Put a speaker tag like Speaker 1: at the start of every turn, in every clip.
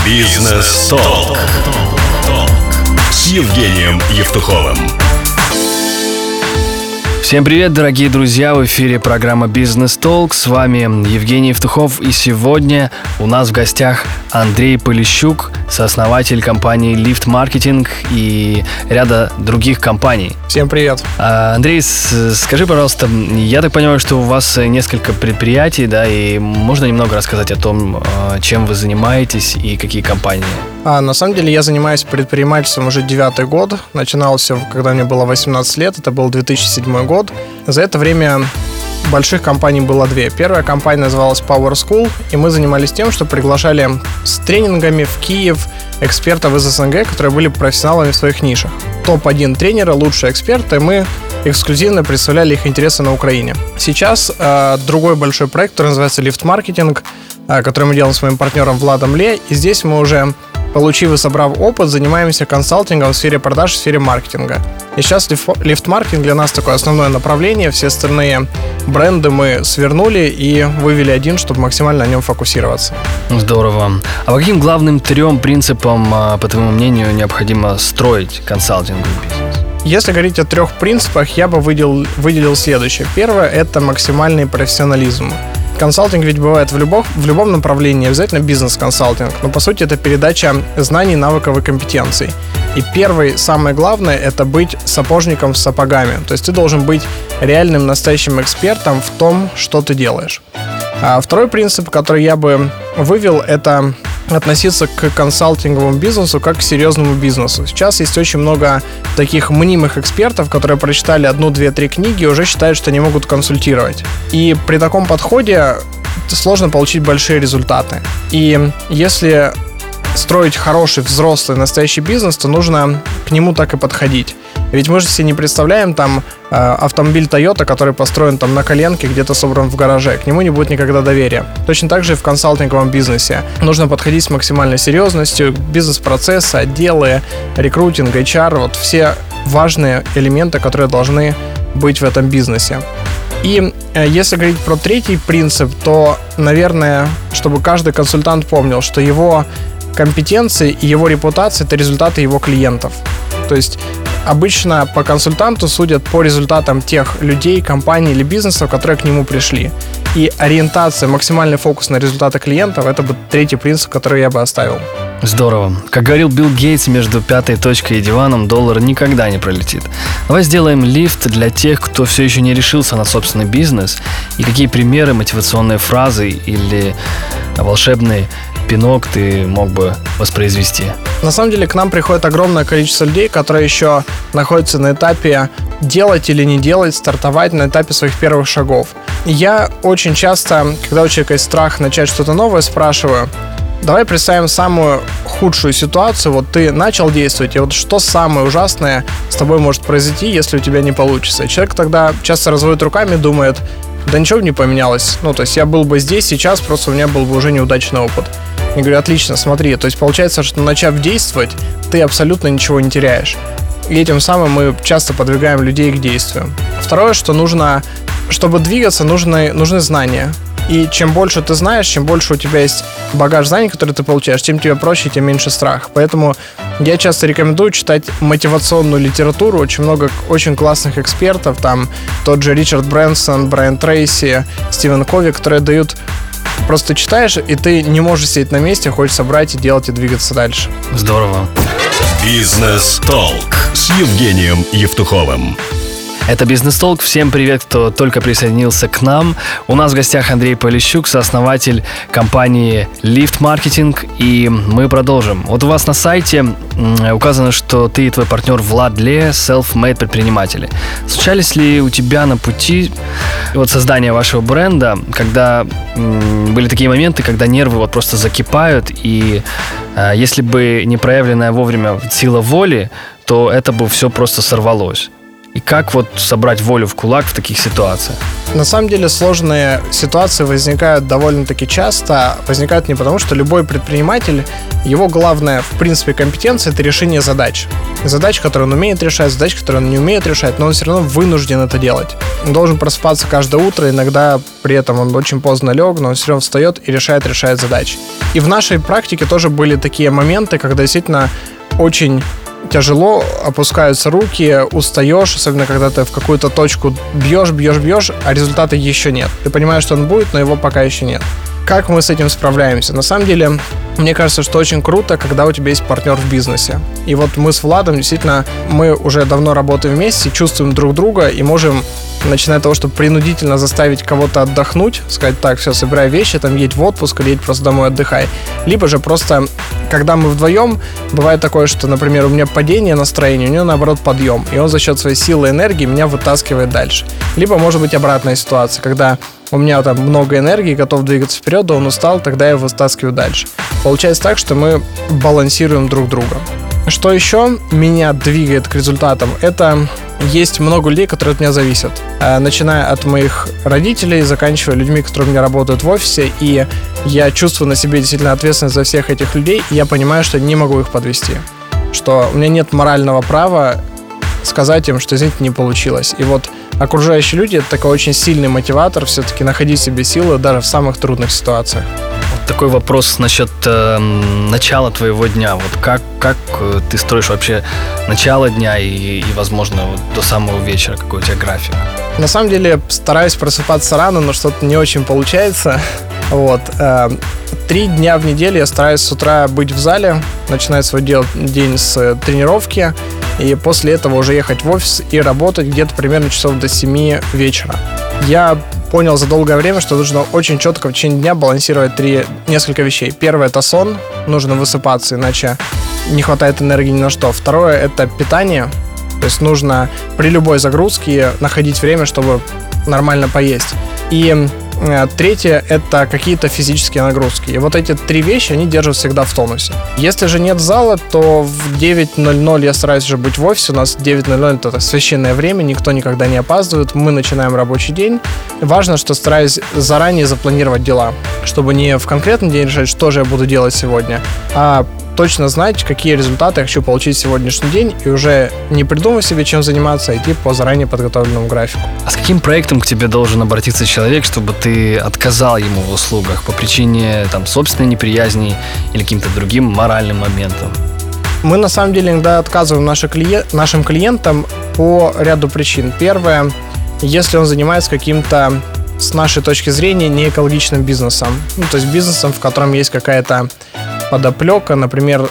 Speaker 1: Бизнес-толк с Евгением Евтуховым.
Speaker 2: Всем привет, дорогие друзья! В эфире программа «Бизнес-толк». С вами Евгений Евтухов. И сегодня у нас в гостях Андрей Полищук, сооснователь компании Lift Marketing и ряда других компаний.
Speaker 3: Всем привет!
Speaker 2: Андрей, скажи, пожалуйста, я так понимаю, что у вас несколько предприятий, да, и можно немного рассказать о том, чем вы занимаетесь и какие компании?
Speaker 3: На самом деле я занимаюсь предпринимательством уже 9-й год. Начинал все, когда мне было 18 лет, это был 2007 год. За это время больших компаний было две. Первая компания называлась Power School, и мы занимались тем, что приглашали с тренингами в Киев экспертов из СНГ, которые были профессионалами в своих нишах. Топ-1 тренера, лучшие эксперты, мы эксклюзивно представляли их интересы на Украине. Сейчас другой большой проект, который называется Lift Marketing, который мы делаем с моим партнером Владом Ле, и здесь мы уже, получив и собрав опыт, занимаемся консалтингом в сфере продаж, в сфере маркетинга. И сейчас лифт-маркетинг для нас такое основное направление. Все остальные бренды мы свернули и вывели один, чтобы максимально на нем фокусироваться.
Speaker 2: Здорово. А по каким главным 3 принципам, по твоему мнению, необходимо строить консалтинговый бизнес?
Speaker 3: Если говорить о 3 принципах, я бы выделил следующее. Первое – это максимальный профессионализм. Консалтинг ведь бывает в любом направлении, обязательно бизнес-консалтинг, но по сути это передача знаний, навыков и компетенций. И первый, самое главное, это быть сапожником с сапогами. То есть ты должен быть реальным, настоящим экспертом в том, что ты делаешь. А второй принцип, который я бы вывел, это относиться к консалтинговому бизнесу как к серьезному бизнесу. Сейчас есть очень много таких мнимых экспертов, которые прочитали 1, 2, 3 книги и уже считают, что они могут консультировать. И при таком подходе сложно получить большие результаты. И если строить хороший, взрослый, настоящий бизнес, то нужно к нему так и подходить. Ведь мы же себе не представляем там автомобиль Toyota, который построен там на коленке, где-то собран в гараже. К нему не будет никогда доверия. Точно так же и в консалтинговом бизнесе. Нужно подходить с максимальной серьезностью. Бизнес-процессы, отделы, рекрутинг, HR, вот все важные элементы, которые должны быть в этом бизнесе. И если говорить про 3-й принцип, то, наверное, чтобы каждый консультант помнил, что его компетенции и его репутация – это результаты его клиентов. То есть обычно по консультанту судят по результатам тех людей, компаний или бизнесов, которые к нему пришли. И ориентация, максимальный фокус на результаты клиентов – это бы 3-й принцип, который я бы оставил.
Speaker 2: Здорово. Как говорил Билл Гейтс, между 5-й точкой и диваном доллар никогда не пролетит. Давай сделаем лифт для тех, кто все еще не решился на собственный бизнес. И какие примеры, мотивационные фразы или волшебный пинок ты мог бы воспроизвести?
Speaker 3: На самом деле к нам приходит огромное количество людей, которые еще находятся на этапе делать или не делать, стартовать на этапе своих первых шагов. Я очень часто, когда у человека есть страх начать что-то новое, спрашиваю: давай представим самую худшую ситуацию. Вот ты начал действовать, и вот что самое ужасное с тобой может произойти, если у тебя не получится? И человек тогда часто разводит руками, думает: да ничего бы не поменялось. То есть я был бы здесь сейчас, просто у меня был бы уже неудачный опыт. Я говорю: отлично, смотри. То есть получается, что начав действовать, ты абсолютно ничего не теряешь. И этим самым мы часто подвигаем людей к действию. Второе, что нужно, чтобы двигаться, нужны знания. И чем больше ты знаешь, чем больше у тебя есть багаж знаний, который ты получаешь, тем тебе проще, тем меньше страх. Поэтому я часто рекомендую читать мотивационную литературу. Очень много очень классных экспертов. Там тот же Ричард Брэнсон, Брайан Трейси, Стивен Кови, которые дают... Просто читаешь, и ты не можешь сидеть на месте, хочешь брать и делать, и двигаться дальше.
Speaker 2: Здорово.
Speaker 1: Бизнес-толк с Евгением Евтуховым.
Speaker 2: Это «Бизнес-толк». Всем привет, кто только присоединился к нам. У нас в гостях Андрей Полищук, сооснователь компании Lift Marketing, и мы продолжим. Вот у вас на сайте указано, что ты и твой партнер Влад Ле self-made предприниматели. Случались ли у тебя на пути создания вашего бренда, когда были такие моменты, когда нервы просто закипают, и если бы не проявленная вовремя сила воли, то это бы все просто сорвалось? И как собрать волю в кулак в таких ситуациях?
Speaker 3: На самом деле сложные ситуации возникают довольно-таки часто. Возникают не потому, что любой предприниматель, его главная, в принципе, компетенция – это решение задач. задачи, которые он умеет решать, задачи, которые он не умеет решать, но он все равно вынужден это делать. Он должен просыпаться каждое утро, иногда при этом он очень поздно лег, но он все равно встает и решает задачи. И в нашей практике тоже были такие моменты, когда действительно очень тяжело, опускаются руки, устаешь, особенно когда ты в какую-то точку бьешь, а результата еще нет. Ты понимаешь, что он будет, но его пока еще нет. Как мы с этим справляемся? На самом деле, мне кажется, что очень круто, когда у тебя есть партнер в бизнесе. И вот мы с Владом, действительно, мы уже давно работаем вместе, чувствуем друг друга и можем, начиная от того, чтобы принудительно заставить кого-то отдохнуть, сказать: так, все, собирай вещи, там, едь в отпуск или едь просто домой отдыхай. Либо же просто, когда мы вдвоем, бывает такое, что, например, у меня падение настроения, у него, наоборот, подъем, и он за счет своей силы и энергии меня вытаскивает дальше. Либо, может быть, обратная ситуация, когда у меня там много энергии, готов двигаться вперед, а он устал, тогда я его вытаскиваю дальше. Получается так, что мы балансируем друг друга. Что еще меня двигает к результатам? Это есть много людей, которые от меня зависят. Начиная от моих родителей, заканчивая людьми, которые у меня работают в офисе. И я чувствую на себе действительно ответственность за всех этих людей. И я понимаю, что не могу их подвести. Что у меня нет морального права сказать им, что, извините, не получилось. И вот окружающие люди — это такой очень сильный мотиватор все-таки находить в себе силы даже в самых трудных ситуациях.
Speaker 2: Вот такой вопрос насчет начала твоего дня. Вот как ты строишь вообще начало дня и возможно, вот до самого вечера, какой у тебя график?
Speaker 3: На самом деле стараюсь просыпаться рано, но что-то не очень получается. Вот. 3 дня в неделю я стараюсь с утра быть в зале, начинать свой день с тренировки, и после этого уже ехать в офис и работать где-то примерно часов до 7 вечера. Я понял за долгое время, что нужно очень четко в течение дня балансировать несколько вещей. Первое — это сон, нужно высыпаться, иначе не хватает энергии ни на что. Второе — это питание, то есть нужно при любой загрузке находить время, чтобы нормально поесть. И третье — это какие-то физические нагрузки. И вот эти 3 вещи, они держат всегда в тонусе. Если же нет зала, то в 9:00 я стараюсь уже быть в офисе. У нас 9:00 — это священное время, никто никогда не опаздывает. Мы начинаем рабочий день. Важно, что стараюсь заранее запланировать дела, чтобы не в конкретный день решать, что же я буду делать сегодня, а точно знать, какие результаты я хочу получить в сегодняшний день, и уже не придумывать себе, чем заниматься, а идти по заранее подготовленному графику.
Speaker 2: А с каким проектом к тебе должен обратиться человек, чтобы ты отказал ему в услугах по причине собственной неприязни или каким-то другим моральным моментам?
Speaker 3: Мы на самом деле иногда отказываем нашим клиентам по ряду причин. Первое, если он занимается каким-то, с нашей точки зрения, неэкологичным бизнесом. То есть бизнесом, в котором есть какая-то подоплека. Например,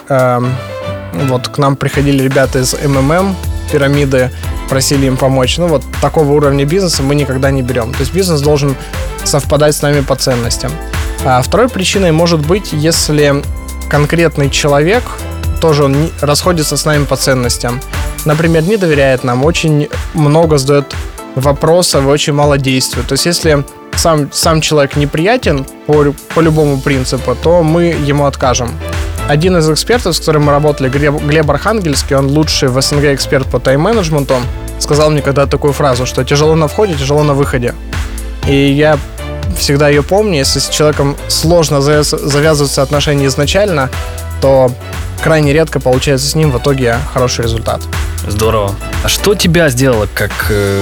Speaker 3: вот к нам приходили ребята из МММ, пирамиды, просили им помочь. Вот такого уровня бизнеса мы никогда не берем. То есть бизнес должен совпадать с нами по ценностям. А второй причиной может быть, если конкретный человек тоже он расходится с нами по ценностям. Например, не доверяет нам, очень много задает вопросов и очень мало действует. То есть если сам человек неприятен по любому принципу, то мы ему откажем. Один из экспертов, с которым мы работали, Глеб Архангельский, он лучший в СНГ эксперт по тайм-менеджменту, сказал мне когда такую фразу, что тяжело на входе, тяжело на выходе. И я всегда ее помню. Если с человеком сложно завязываться отношения изначально, то крайне редко получается с ним в итоге хороший результат.
Speaker 2: Здорово. А что тебя сделало как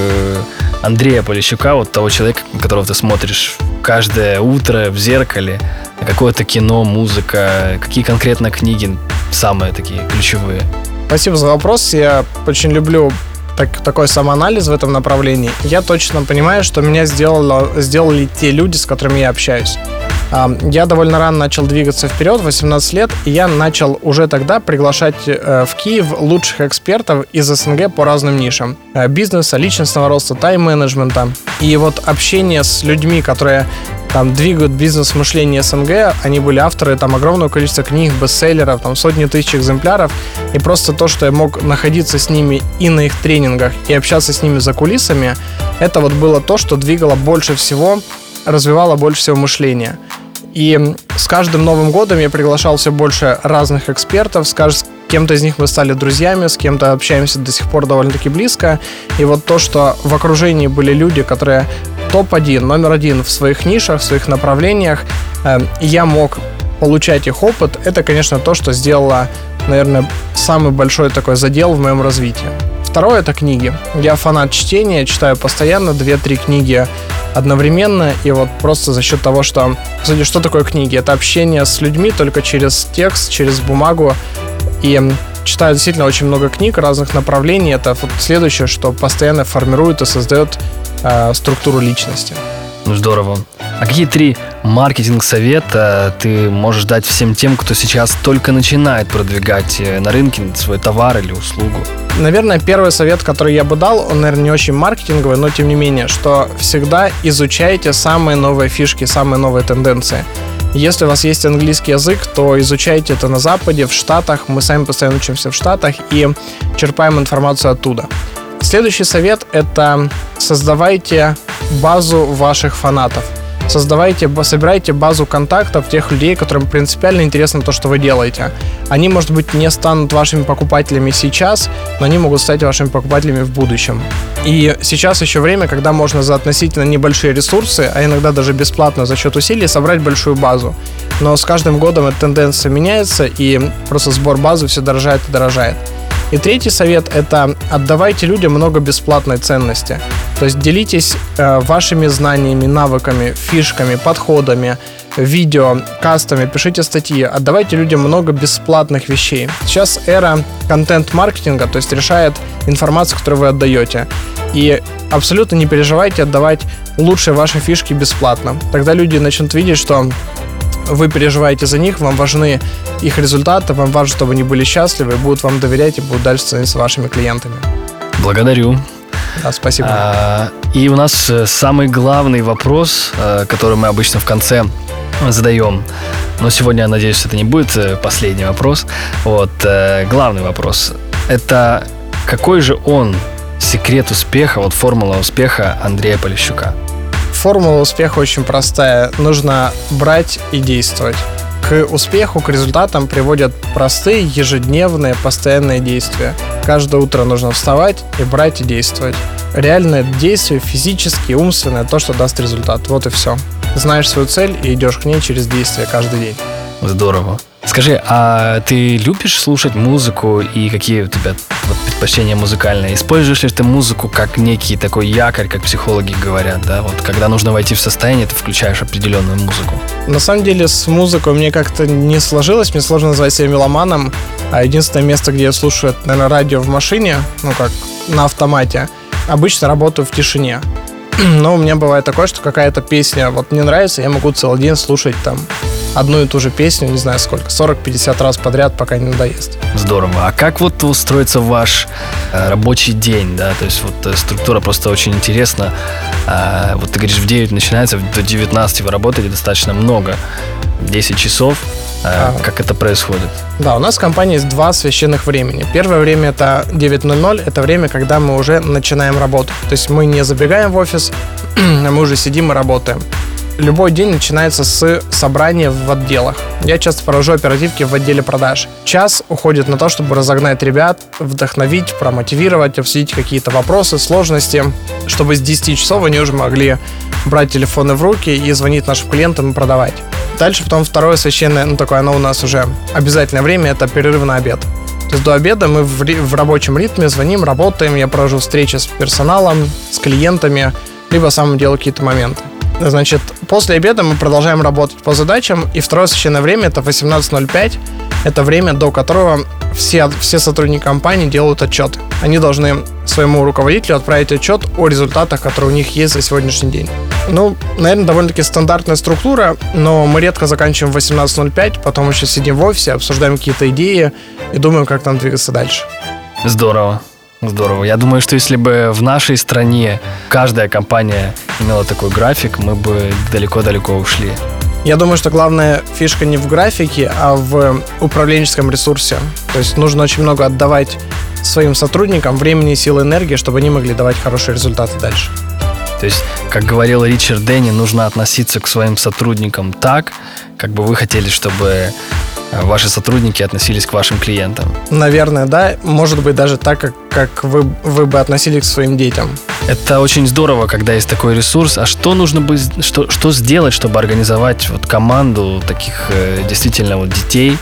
Speaker 2: Андрея Полищука, вот того человека, на которого ты смотришь каждое утро в зеркале, какое-то кино, музыка, какие конкретно книги самые такие ключевые?
Speaker 3: Спасибо за вопрос. Я очень люблю такой самоанализ в этом направлении. Я точно понимаю, что меня сделали те люди, с которыми я общаюсь. Я довольно рано начал двигаться вперед, 18 лет, и я начал уже тогда приглашать в Киев лучших экспертов из СНГ по разным нишам. Бизнеса, личностного роста, тайм-менеджмента. И вот общение с людьми, которые двигают бизнес-мышление СНГ, они были авторы огромного количества книг, бестселлеров, сотни тысяч экземпляров. И просто то, что я мог находиться с ними и на их тренингах, и общаться с ними за кулисами, это вот было то, что двигало больше всего, развивало больше всего мышление. И с каждым Новым годом я приглашал все больше разных экспертов, с кем-то из них мы стали друзьями, с кем-то общаемся до сих пор довольно-таки близко. И вот то, что в окружении были люди, которые топ-1, номер 1 в своих нишах, в своих направлениях, я мог получать их опыт, это, конечно, то, что сделало, наверное, самый большой такой задел в моем развитии. Второе – это книги. Я фанат чтения, читаю постоянно 2-3 книги одновременно, и вот просто за счет того, что... Кстати, что такое книги? Это общение с людьми только через текст, через бумагу, и читаю действительно очень много книг разных направлений. Это вот следующее, что постоянно формирует и создает структуру личности.
Speaker 2: Ну, здорово. А какие 3 маркетинг-совета ты можешь дать всем тем, кто сейчас только начинает продвигать на рынке свой товар или услугу?
Speaker 3: Наверное, первый совет, который я бы дал, он, наверное, не очень маркетинговый, но тем не менее, что всегда изучайте самые новые фишки, самые новые тенденции. Если у вас есть английский язык, то изучайте это на Западе, в Штатах. Мы сами постоянно учимся в Штатах и черпаем информацию оттуда. Следующий совет – это создавайте базу ваших фанатов. Собирайте базу контактов тех людей, которым принципиально интересно то, что вы делаете. Они, может быть, не станут вашими покупателями сейчас, но они могут стать вашими покупателями в будущем. И сейчас еще время, когда можно за относительно небольшие ресурсы, а иногда даже бесплатно за счет усилий, собрать большую базу. Но с каждым годом эта тенденция меняется, и просто сбор базы все дорожает и дорожает. И третий совет – это отдавайте людям много бесплатной ценности. То есть делитесь вашими знаниями, навыками, фишками, подходами, видео, кастами, пишите статьи. Отдавайте людям много бесплатных вещей. Сейчас эра контент-маркетинга, то есть решает информацию, которую вы отдаете. И абсолютно не переживайте отдавать лучшие ваши фишки бесплатно. Тогда люди начнут видеть, что вы переживаете за них, вам важны их результаты, вам важно, чтобы они были счастливы, будут вам доверять и будут дальше становиться вашими клиентами.
Speaker 2: Благодарю.
Speaker 3: Да, спасибо.
Speaker 2: И у нас самый главный вопрос, который мы обычно в конце задаем. Но сегодня, я надеюсь, это не будет последний вопрос. Вот, главный вопрос. Это какой же секрет успеха, формула успеха Андрея Полищука?
Speaker 3: Формула успеха очень простая. Нужно брать и действовать. К успеху, к результатам приводят простые, ежедневные, постоянные действия. Каждое утро нужно вставать и брать и действовать. Реальное действие, физически, умственное, то, что даст результат. Вот и все. Знаешь свою цель и идешь к ней через действие каждый день.
Speaker 2: Здорово. Скажи, а ты любишь слушать музыку и какие у тебя предпочтения музыкальные? Используешь ли ты музыку как некий такой якорь, как психологи говорят, да? Вот когда нужно войти в состояние, ты включаешь определенную музыку.
Speaker 3: На самом деле с музыкой мне как-то не сложилось, мне сложно назвать себя меломаном. А единственное место, где я слушаю, это, наверное, радио в машине, как на автомате. Обычно работаю в тишине. Но у меня бывает такое, что какая-то песня мне нравится, я могу целый день слушать одну и ту же песню, не знаю сколько, 40-50 раз подряд, пока не надоест.
Speaker 2: Здорово. А как устроится ваш рабочий день, да? То есть структура просто очень интересна. Ты говоришь, в 9 начинается, до 19 вы работаете достаточно много. 10 часов. Как это происходит?
Speaker 3: Да, у нас в компании есть 2 священных времени. Первое время это 9:00, это время, когда мы уже начинаем работать. То есть мы не забегаем в офис, а мы уже сидим и работаем. Любой день начинается с собрания в отделах. Я часто провожу оперативки в отделе продаж. Час уходит на то, чтобы разогнать ребят, вдохновить, промотивировать, обсудить какие-то вопросы, сложности, чтобы с 10 часов они уже могли брать телефоны в руки и звонить нашим клиентам и продавать. Дальше потом второе священное, оно у нас уже обязательное время, это перерыв на обед. То есть до обеда мы в рабочем ритме звоним, работаем, я провожу встречи с персоналом, с клиентами, либо сам делаю какие-то моменты. Значит, после обеда мы продолжаем работать по задачам, и второе священное время это 18:05, это время, до которого все сотрудники компании делают отчеты. Они должны своему руководителю отправить отчет о результатах, которые у них есть за сегодняшний день. Наверное, довольно-таки стандартная структура, но мы редко заканчиваем в 18:05, потом еще сидим в офисе, обсуждаем какие-то идеи и думаем, как нам двигаться дальше.
Speaker 2: Здорово. Я думаю, что если бы в нашей стране каждая компания имела такой график, мы бы далеко-далеко ушли.
Speaker 3: Я думаю, что главная фишка не в графике, а в управленческом ресурсе. То есть нужно очень много отдавать своим сотрудникам времени, силы, энергии, чтобы они могли давать хорошие результаты дальше.
Speaker 2: То есть, как говорил Ричард Денни, нужно относиться к своим сотрудникам так, как бы вы хотели, чтобы ваши сотрудники относились к вашим клиентам.
Speaker 3: Наверное, да. Может быть, даже так, как вы бы относились к своим детям.
Speaker 2: Это очень здорово, когда есть такой ресурс. А что нужно быть, что сделать, чтобы организовать вот команду таких действительно вот детей,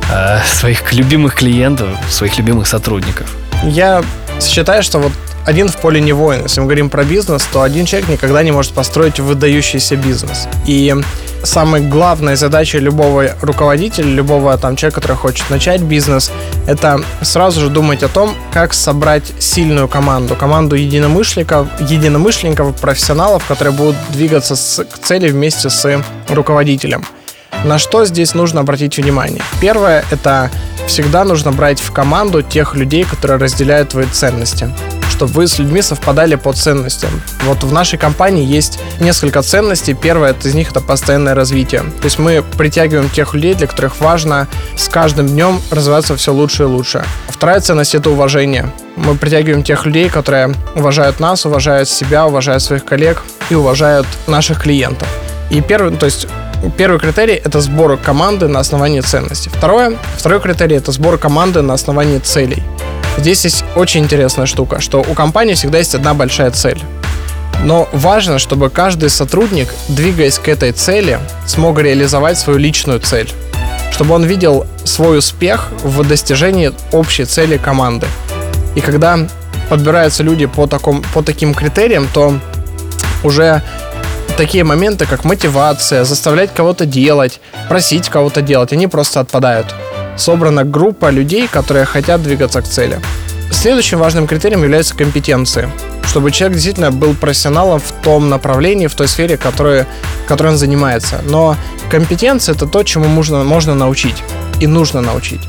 Speaker 2: своих любимых клиентов, своих любимых сотрудников?
Speaker 3: Я считаю, что вот один в поле не воин. Если мы говорим про бизнес, то один человек никогда не может построить выдающийся бизнес. И самой главной задачей любого руководителя, любого там человека, который хочет начать бизнес, это сразу же думать о том, как собрать сильную команду единомышленников, профессионалов, которые будут двигаться к цели вместе с руководителем. На что здесь нужно обратить внимание? Первое, это всегда нужно брать в команду тех людей, которые разделяют твои ценности, чтобы вы с людьми совпадали по ценностям. Вот в нашей компании есть несколько ценностей. Первая из них — это постоянное развитие. То есть мы притягиваем тех людей, для которых важно с каждым днем развиваться все лучше и лучше. Вторая ценность — это уважение. Мы притягиваем тех людей, которые уважают нас, уважают себя, уважают своих коллег и уважают наших клиентов. И первый критерий — это сбор команды на основании ценностей. Второй критерий — это сбор команды на основании целей. Здесь есть очень интересная штука, что у компании всегда есть одна большая цель. Но важно, чтобы каждый сотрудник, двигаясь к этой цели, смог реализовать свою личную цель. Чтобы он видел свой успех в достижении общей цели команды. И когда подбираются люди по таким критериям, то уже такие моменты, как мотивация, заставлять кого-то делать, просить кого-то делать, они просто отпадают. Собрана группа людей, которые хотят двигаться к цели. Следующим важным критерием являются компетенции. Чтобы человек действительно был профессионалом в том направлении, в той сфере, которой он занимается. Но компетенция — это то, чему можно научить и нужно научить.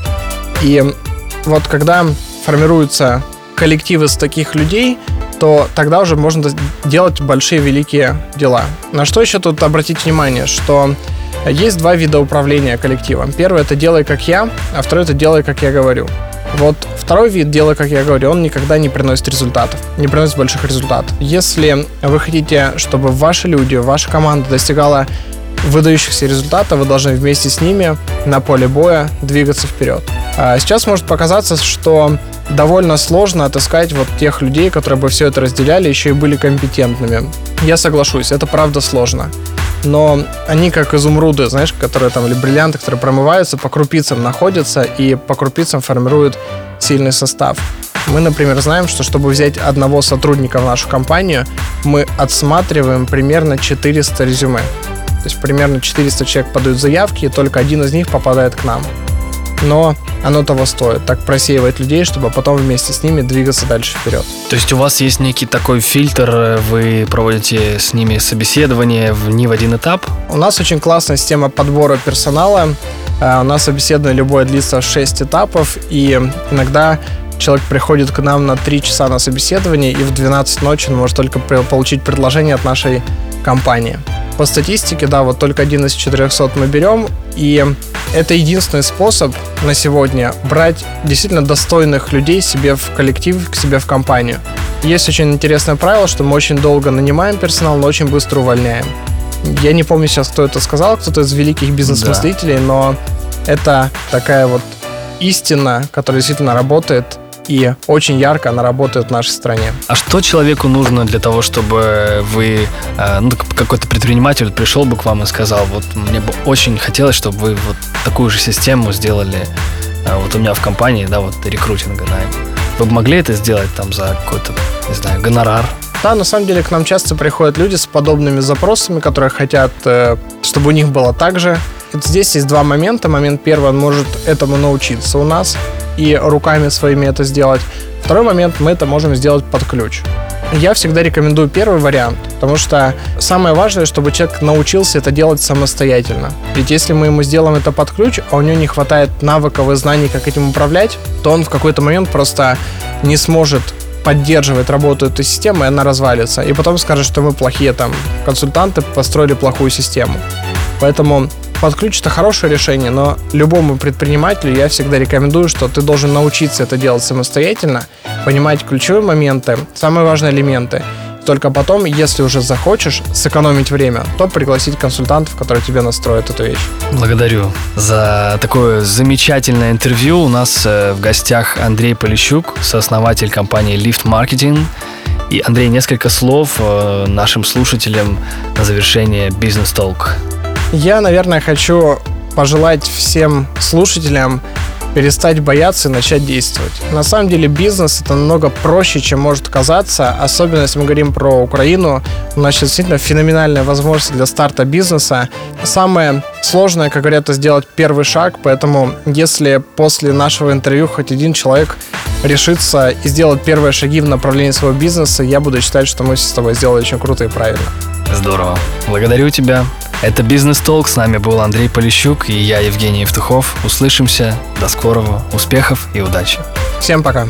Speaker 3: И вот когда формируются коллективы из таких людей, то тогда уже можно делать большие, великие дела. На что еще тут обратить внимание, что есть два вида управления коллективом. Первый — это «делай, как я», а второй — это «делай, как я говорю». Вот второй вид «делай, как я говорю», он никогда не приносит результатов, не приносит больших результатов. Если вы хотите, чтобы ваши люди, ваша команда достигала выдающихся результатов, вы должны вместе с ними на поле боя двигаться вперед. Сейчас может показаться, что довольно сложно отыскать вот тех людей, которые бы все это разделяли, еще и были компетентными. Я соглашусь, это правда сложно. Но они как изумруды, знаешь, которые там, или бриллианты, которые промываются, по крупицам находятся и по крупицам формируют сильный состав. Мы, например, знаем, что чтобы взять одного сотрудника в нашу компанию, мы отсматриваем примерно 400 резюме. То есть примерно 400 человек подают заявки, и только один из них попадает к нам. Но оно того стоит, так просеивать людей, чтобы потом вместе с ними двигаться дальше вперед.
Speaker 2: То есть у вас есть некий такой фильтр, вы проводите с ними собеседование не в один этап?
Speaker 3: У нас очень классная система подбора персонала. У нас собеседование любое длится 6 этапов, и иногда человек приходит к нам на 3 часа на собеседование, и в 12 ночи он может только получить предложение от нашей компании. По статистике, да, вот только 1 из 400 мы берем, и это единственный способ на сегодня брать действительно достойных людей себе в коллектив, к себе в компанию. Есть очень интересное правило, что мы очень долго нанимаем персонал, но очень быстро увольняем. Я не помню сейчас, кто это сказал, кто-то из великих бизнес-мыслителей, да. Но это такая вот истина, которая действительно работает, и очень ярко она работает в нашей стране.
Speaker 2: А что человеку нужно для того, чтобы вы, какой-то предприниматель пришел бы к вам и сказал, вот мне бы очень хотелось, чтобы вы вот такую же систему сделали вот у меня в компании, да, вот рекрутинга, да. Вы бы могли это сделать там за какой-то, не знаю, гонорар?
Speaker 3: Да, на самом деле к нам часто приходят люди с подобными запросами, которые хотят, чтобы у них было так же. Здесь есть два момента. Момент первый, он может этому научиться у нас и руками своими это сделать. Второй момент, мы это можем сделать под ключ. Я всегда рекомендую первый вариант, потому что самое важное, чтобы человек научился это делать самостоятельно. Ведь если мы ему сделаем это под ключ, а у него не хватает навыков и знаний, как этим управлять, то он в какой-то момент просто не сможет поддерживать работу этой системы, и она развалится. И потом скажет, что мы плохие там консультанты, построили плохую систему. Поэтому под ключ — это хорошее решение, но любому предпринимателю я всегда рекомендую, что ты должен научиться это делать самостоятельно, понимать ключевые моменты, самые важные элементы. Только потом, если уже захочешь сэкономить время, то пригласить консультантов, которые тебе настроят эту вещь.
Speaker 2: Благодарю за такое замечательное интервью. У нас в гостях Андрей Полищук, сооснователь компании Lift Marketing. И, Андрей, несколько слов нашим слушателям на завершение Business Talk.
Speaker 3: Я, наверное, хочу пожелать всем слушателям перестать бояться и начать действовать. На самом деле бизнес — это намного проще, чем может казаться, особенно если мы говорим про Украину. У нас сейчас действительно феноменальная возможность для старта бизнеса. Самое сложное, как говорят, это сделать первый шаг, поэтому если после нашего интервью хоть один человек решится и сделать первые шаги в направлении своего бизнеса, я буду считать, что мы с тобой сделали очень круто и правильно.
Speaker 2: Здорово. Благодарю тебя. Это Business Talk. С нами был Андрей Полищук и я, Евгений Евтухов. Услышимся. До скорого. Успехов и удачи.
Speaker 3: Всем пока.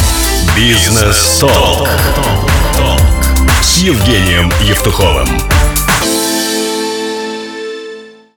Speaker 1: Business Talk с Евгением Евтуховым.